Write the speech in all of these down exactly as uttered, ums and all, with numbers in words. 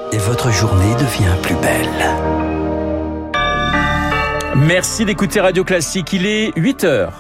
et votre journée devient plus belle. Merci d'écouter Radio Classique, il est huit heures.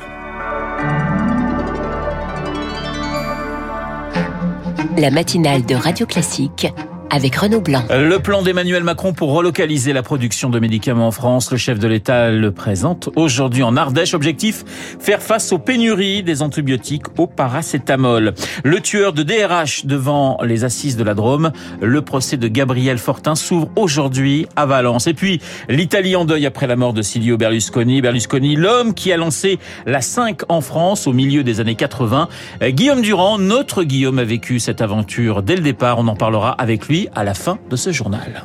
La matinale de Radio Classique avec Renaud Blanc. Le plan d'Emmanuel Macron pour relocaliser la production de médicaments en France. Le chef de l'État le présente aujourd'hui en Ardèche. Objectif, faire face aux pénuries des antibiotiques au paracétamol. Le tueur de D R H devant les assises de la Drôme. Le procès de Gabriel Fortin s'ouvre aujourd'hui à Valence. Et puis, l'Italie en deuil après la mort de Silvio Berlusconi. Berlusconi, l'homme qui a lancé la cinq en France au milieu des années quatre-vingts. Guillaume Durand, notre Guillaume, a vécu cette aventure dès le départ. On en parlera avec lui à la fin de ce journal.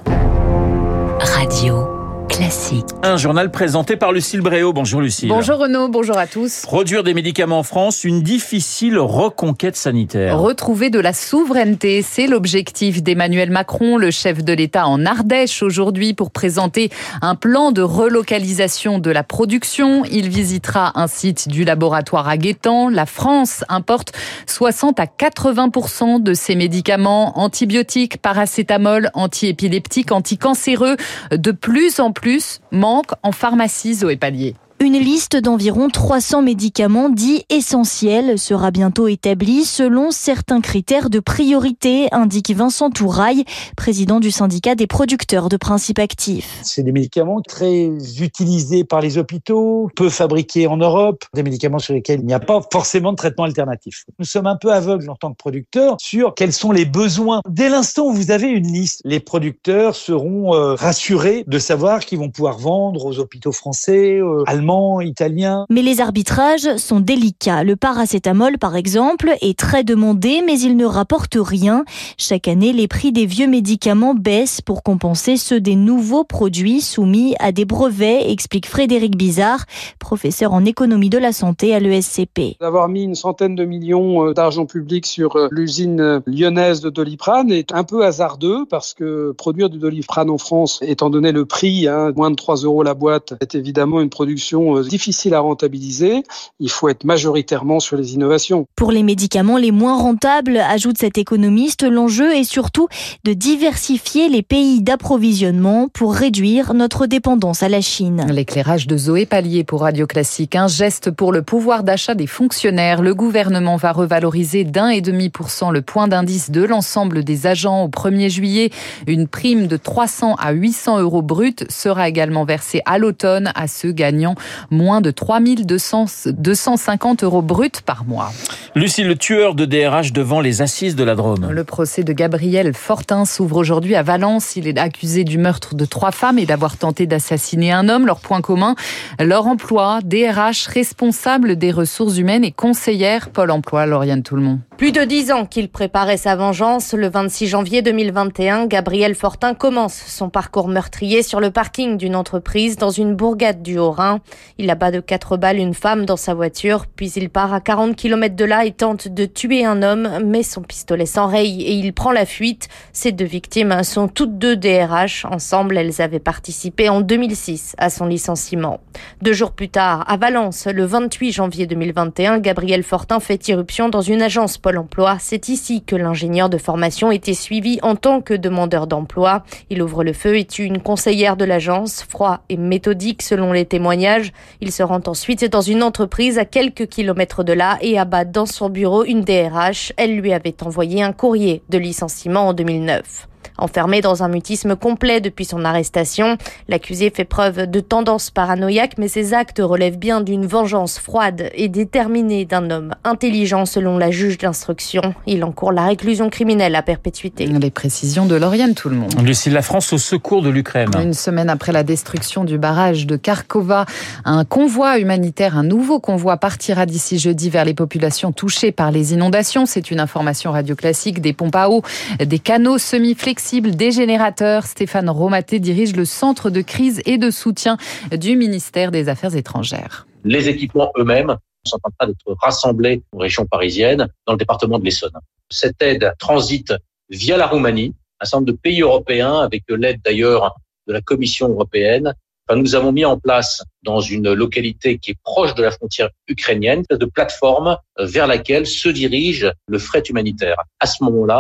Radio Classique. Un journal présenté par Lucille Bréau. Bonjour Lucille. Bonjour Renaud, bonjour à tous. Produire des médicaments en France, une difficile reconquête sanitaire. Retrouver de la souveraineté, c'est l'objectif d'Emmanuel Macron, le chef de l'État en Ardèche aujourd'hui pour présenter un plan de relocalisation de la production. Il visitera un site du laboratoire à Guétan. La France importe soixante à quatre-vingts pour cent de ses médicaments antibiotiques, paracétamol, antiépileptiques, anticancéreux. De plus en plus manque en pharmacie, Zoé Pallier. Une liste d'environ trois cents médicaments dits essentiels sera bientôt établie selon certains critères de priorité, indique Vincent Touraille, président du syndicat des producteurs de principes actifs. C'est des médicaments très utilisés par les hôpitaux, peu fabriqués en Europe, des médicaments sur lesquels il n'y a pas forcément de traitement alternatif. Nous sommes un peu aveugles en tant que producteurs sur quels sont les besoins. Dès l'instant où vous avez une liste, les producteurs seront euh, rassurés de savoir qu'ils vont pouvoir vendre aux hôpitaux français, euh, allemands, italien. Mais les arbitrages sont délicats. Le paracétamol, par exemple, est très demandé, mais il ne rapporte rien. Chaque année, les prix des vieux médicaments baissent pour compenser ceux des nouveaux produits soumis à des brevets, explique Frédéric Bizard, professeur en économie de la santé à l'E S C P. D'avoir mis une centaine de millions d'argent public sur l'usine lyonnaise de Doliprane est un peu hasardeux parce que produire du Doliprane en France, étant donné le prix, hein, moins de trois euros la boîte, est évidemment une production difficile à rentabiliser. Il faut être majoritairement sur les innovations. Pour les médicaments les moins rentables, ajoute cet économiste, l'enjeu est surtout de diversifier les pays d'approvisionnement pour réduire notre dépendance à la Chine. L'éclairage de Zoé Pallier pour Radio Classique. Un geste pour le pouvoir d'achat des fonctionnaires. Le gouvernement va revaloriser d'un et demi pour cent le point d'indice de l'ensemble des agents au premier juillet. Une prime de trois cents à huit cents euros bruts sera également versée à l'automne à ceux gagnant moins de trois mille deux cents, deux cent cinquante euros bruts par mois. Lucie, le tueur de D R H devant les assises de la Drôme. Le procès de Gabriel Fortin s'ouvre aujourd'hui à Valence. Il est accusé du meurtre de trois femmes et d'avoir tenté d'assassiner un homme. Leur point commun, leur emploi, D R H, responsable des ressources humaines et conseillère Pôle emploi. Lauriane Tout-le-Monde. Plus de dix ans qu'il préparait sa vengeance. Le vingt-six janvier deux mille vingt et un, Gabriel Fortin commence son parcours meurtrier sur le parking d'une entreprise dans une bourgade du Haut-Rhin. Il abat de quatre balles une femme dans sa voiture, puis il part à quarante kilomètres de là et tente de tuer un homme, mais son pistolet s'enraye et il prend la fuite. Ces deux victimes sont toutes deux D R H. Ensemble, elles avaient participé en deux mille six à son licenciement. Deux jours plus tard, à Valence, le vingt-huit janvier deux mille vingt et un, Gabriel Fortin fait irruption dans une agence Pôle emploi. C'est ici que l'ingénieur de formation était suivi en tant que demandeur d'emploi. Il ouvre le feu et tue une conseillère de l'agence, froid et méthodique selon les témoignages. Il se rend ensuite dans une entreprise à quelques kilomètres de là et abat dans son bureau une D R H. Elle lui avait envoyé un courrier de licenciement en deux mille neuf. Enfermé dans un mutisme complet depuis son arrestation, l'accusé fait preuve de tendance paranoïaque, mais ses actes relèvent bien d'une vengeance froide et déterminée d'un homme intelligent selon la juge d'instruction. Il encourt la réclusion criminelle à perpétuité. Les précisions de Lauriane Tout-le-Monde. Lucie, la France au secours de l'Ukraine. Une semaine après la destruction du barrage de Kharkova, un convoi humanitaire, un nouveau convoi partira d'ici jeudi vers les populations touchées par les inondations. C'est une information Radio Classique. Des pompes à eau, des canaux semi-flexibles, des générateurs. Stéphane Romaté dirige le centre de crise et de soutien du ministère des Affaires étrangères. Les équipements eux-mêmes sont en train d'être rassemblés en région parisienne, dans le département de l'Essonne. Cette aide transite via la Roumanie, un certain nombre de pays européens, avec l'aide d'ailleurs de la Commission européenne. Enfin, nous avons mis en place dans une localité qui est proche de la frontière ukrainienne, une espèce de plateforme vers laquelle se dirige le fret humanitaire. À ce moment-là,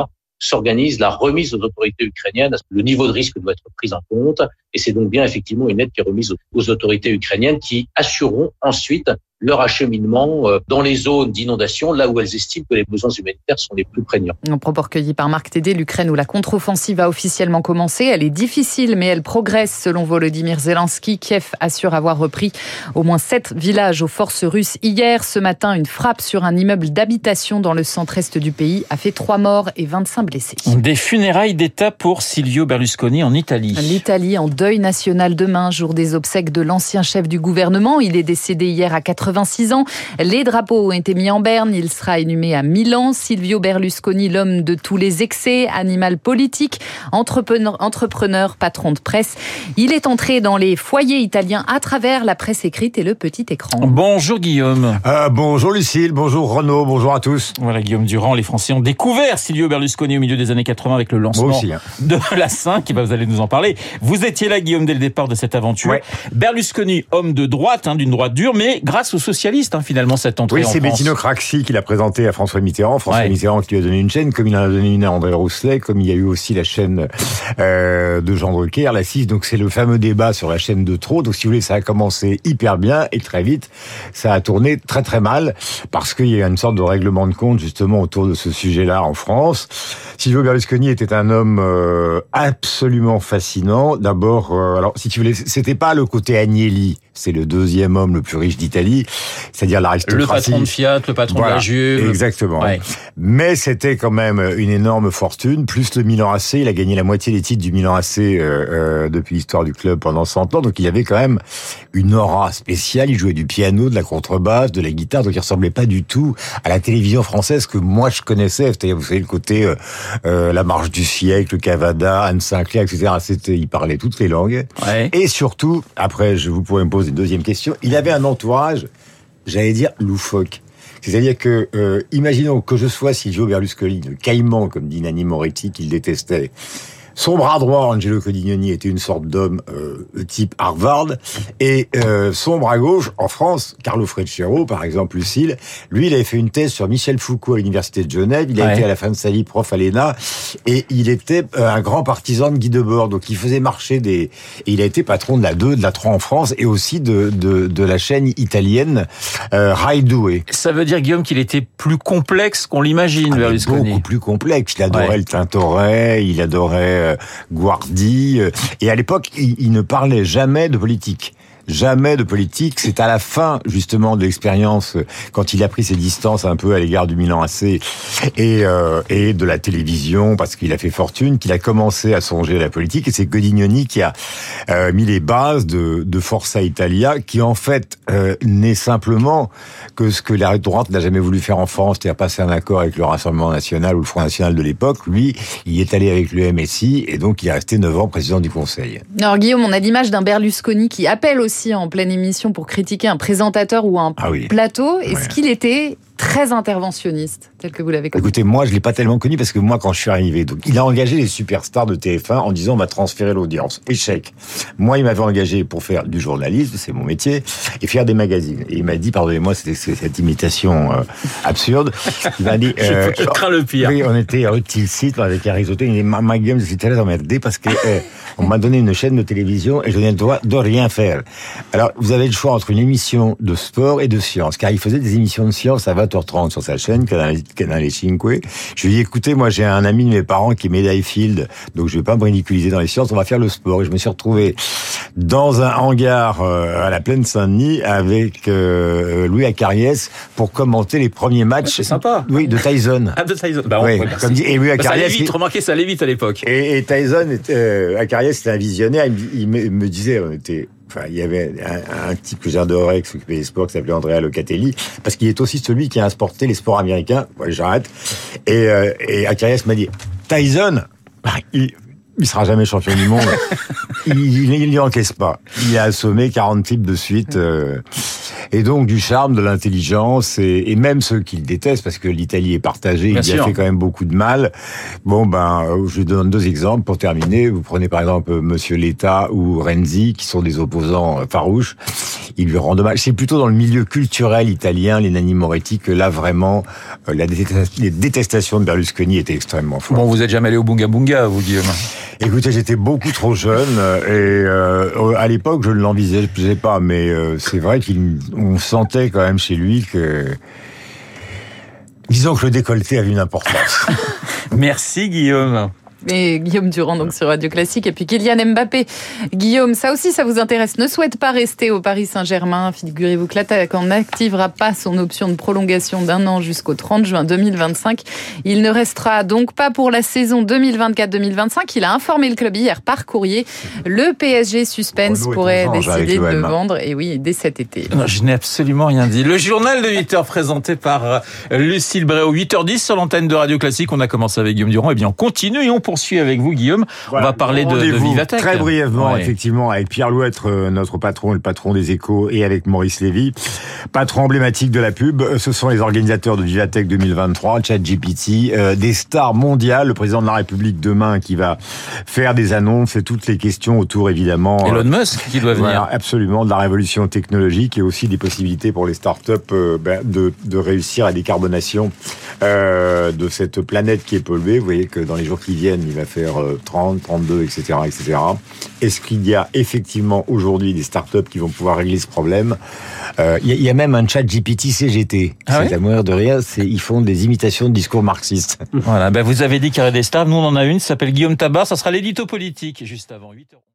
s'organise la remise aux autorités ukrainiennes. Le niveau de risque doit être pris en compte et c'est donc bien effectivement une aide qui est remise aux autorités ukrainiennes qui assureront ensuite leur acheminement dans les zones d'inondation, là où elles estiment que les besoins humanitaires sont les plus prégnants. Un propos recueilli par Marc Tédé, l'Ukraine où la contre-offensive a officiellement commencé. Elle est difficile, mais elle progresse selon Volodymyr Zelensky. Kiev assure avoir repris au moins sept villages aux forces russes hier. Ce matin, une frappe sur un immeuble d'habitation dans le centre-est du pays a fait trois morts et vingt-cinq blessés. Des funérailles d'État pour Silvio Berlusconi en Italie. L'Italie en deuil national demain, jour des obsèques de l'ancien chef du gouvernement. Il est décédé hier à quatre-vingt-six ans. Les drapeaux ont été mis en berne. Il sera inhumé à Milan. Silvio Berlusconi, l'homme de tous les excès, animal politique, entrepreneur, entrepreneur, patron de presse. Il est entré dans les foyers italiens à travers la presse écrite et le petit écran. Bonjour Guillaume. Euh, bonjour Lucille, bonjour Renaud, bonjour à tous. Voilà Guillaume Durand, les Français ont découvert Silvio Berlusconi au milieu des années quatre-vingts avec le lancement aussi, hein. de la cinq. Et ben vous allez nous en parler. Vous étiez là Guillaume dès le départ de cette aventure. Ouais. Berlusconi, homme de droite, hein, d'une droite dure, mais grâce aux socialistes hein, finalement cette entrée oui, en France. Oui, c'est Bettino Craxi qui l'a présenté à François Mitterrand. François ouais. Mitterrand qui lui a donné une chaîne, comme il en a donné une à André Rousselet, comme il y a eu aussi la chaîne euh, de Jean Drucker, la six. Donc c'est le fameux débat sur la chaîne de trop. Donc si vous voulez, ça a commencé hyper bien et très vite, ça a tourné très très mal parce qu'il y a une sorte de règlement de compte justement autour de ce sujet-là en France. Silvio Berlusconi était un homme euh, absolument fascinant. D'abord, euh, alors si tu voulais, c'était pas le côté Agnelli, c'est le deuxième homme le plus riche d'Italie, c'est-à-dire l'aristocratie. Le patron de Fiat, le patron voilà, de la Juve. Exactement. Ouais. Mais c'était quand même une énorme fortune, plus le Milan A C. Il a gagné la moitié des titres du Milan A C euh, euh, depuis l'histoire du club pendant cent ans. Donc il avait quand même une aura spéciale. Il jouait du piano, de la contrebasse, de la guitare. Donc il ressemblait pas du tout à la télévision française que moi je connaissais. C'est-à-dire, vous savez, le côté euh, euh, La Marche du Siècle, Cavada, Anne Sinclair, et cetera. C'était, il parlait toutes les langues. Ouais. Et surtout, après, je vous pourrais me poser une deuxième question. Il avait un entourage, j'allais dire, loufoque. C'est-à-dire que, euh, imaginons que je sois Silvio Berlusconi, le caïman, comme dit Nanni Moretti, qu'il détestait. Son bras droit, Angelo Codignoni, était une sorte d'homme euh, type Harvard, et euh, son bras gauche, en France, Carlo Freccero, par exemple, Lucille, lui, il avait fait une thèse sur Michel Foucault à l'Université de Genève, il a ouais. été à la fin de sa vie prof à l'E N A, et il était euh, un grand partisan de Guy Debord, donc il faisait marcher des... Et il a été patron de la deux, de la trois en France, et aussi de, de, de la chaîne italienne euh, Rai Due. Ça veut dire, Guillaume, qu'il était plus complexe qu'on l'imagine, ah, Berlusconi. Beaucoup plus complexe, il adorait ouais. le Tintoret, il adorait... Guardi, et à l'époque, il, il ne parlait jamais de politique. Jamais de politique. C'est à la fin, justement, de l'expérience, quand il a pris ses distances un peu à l'égard du Milan A C et, euh, et de la télévision, parce qu'il a fait fortune, qu'il a commencé à songer à la politique. Et c'est Codignoni qui a euh, mis les bases de, de Forza Italia, qui en fait euh, n'est simplement que ce que la droite n'a jamais voulu faire en France, c'est-à-dire passer un accord avec le Rassemblement National ou le Front National de l'époque. Lui, il est allé avec le M S I et donc il est resté neuf ans président du Conseil. Alors Guillaume, on a l'image d'un Berlusconi qui appelle aussi en pleine émission pour critiquer un présentateur ou un ah oui. plateau. Est-ce ouais. qu'il était très interventionniste, tel que vous l'avez connu? Écoutez, moi, je l'ai pas tellement connu parce que moi, quand je suis arrivé, donc, il a engagé les superstars de T F un en disant on va transférer l'audience. Échec. Moi, il m'avait engagé pour faire du journalisme, c'est mon métier, et faire des magazines. Et il m'a dit, pardonnez-moi, c'était cette imitation euh, absurde. Il m'a dit, euh, je, je crains le pire. Oui, on était rue Tilsit avec Aristote. Il m'a dit, ma, ma gueule, j'étais là emmerdé parce que euh, on m'a donné une chaîne de télévision et je n'ai le droit de rien faire. Alors, vous avez le choix entre une émission de sport et de science, car il faisait des émissions de science à vingt heures trente sur sa chaîne, Canale cinq. Je lui ai dit, écoutez, moi, j'ai un ami de mes parents qui est médaille Field, donc je vais pas me ridiculiser dans les sciences, on va faire le sport. Et je me suis retrouvé dans un hangar euh, à la Plaine Saint-Denis avec euh, Louis Acariès pour commenter les premiers matchs. C'est sympa. Oui, de Tyson. Ah, de Tyson. Bah, oui, comme dit, et Louis Acariès. Bah, ça allait vite, remarquez, ça allait vite à l'époque. Et, et Tyson, euh, Acariès, c'était un visionnaire, il, il, me, il me disait, on était... Enfin, il y avait un, un type que j'adorais qui s'occupait des sports qui s'appelait Andrea Locatelli, parce qu'il est aussi celui qui a exporté les sports américains. Ouais, j'arrête. Et, euh, et Acariès m'a dit, Tyson, il, il sera jamais champion du monde. il, il, il n'y encaisse pas. Il a assommé quarante types de suite. Euh, Et donc du charme, de l'intelligence, et, et même ceux qui le détestent, parce que l'Italie est partagée, Bien il sûr. y a fait quand même beaucoup de mal. Bon, ben, je vous donne deux exemples pour terminer. Vous prenez par exemple Monsieur Letta ou Renzi, qui sont des opposants farouches. Ils lui rendent hommage. C'est plutôt dans le milieu culturel italien, les Nanni Moretti, que là vraiment, la détestation de Berlusconi était extrêmement forte. Bon, vous êtes jamais allé au Bunga Bunga, vous, Guillaume? Écoutez, j'étais beaucoup trop jeune et euh, à l'époque, je ne l'envisageais pas, mais euh, c'est vrai qu'on sentait quand même chez lui que... Disons que le décolleté avait une importance. Merci, Guillaume. Et Guillaume Durand, donc sur Radio Classique. Et puis Kylian Mbappé. Guillaume, ça aussi, ça vous intéresse. Ne souhaite pas rester au Paris Saint-Germain. Figurez-vous que l'attaquant n'activera pas son option de prolongation d'un an jusqu'au trente juin deux mille vingt-cinq. Il ne restera donc pas pour la saison deux mille vingt-quatre deux mille vingt-cinq. Il a informé le club hier par courrier. Le P S G suspense Renaud pourrait décider de le vendre. Et oui, dès cet été. Non, je n'ai absolument rien dit. Le journal de huit heures présenté par Lucille Bréau. huit heures dix sur l'antenne de Radio Classique. On a commencé avec Guillaume Durand. Eh bien, on continue et on poursuit avec vous, Guillaume. Voilà, on va parler de, de Vivatech. Très brièvement, ouais. effectivement, avec Pierre Louêtre, notre patron, le patron des Échos, et avec Maurice Lévy, patron emblématique de la pub. Ce sont les organisateurs de Vivatech deux mille vingt-trois, ChatGPT, euh, des stars mondiales, le président de la République demain qui va faire des annonces et toutes les questions autour, évidemment. Elon euh, Musk qui doit venir. Voilà, absolument, de la révolution technologique et aussi des possibilités pour les startups euh, ben, de, de réussir à la décarbonation euh, de cette planète qui est polluée. Vous voyez que dans les jours qui viennent, il va faire trente, trente-deux, et cetera, et cetera. Est-ce qu'il y a effectivement aujourd'hui des startups qui vont pouvoir régler ce problème? euh, il, y a, il y a même un chat G P T C G T. Ah c'est oui à mourir de rire. C'est, ils font des imitations de discours marxistes. Voilà. Ben vous avez dit qu'il y aurait des stars. Nous, on en a une. Ça s'appelle Guillaume Tabar. Ça sera l'édito politique juste avant huit heures.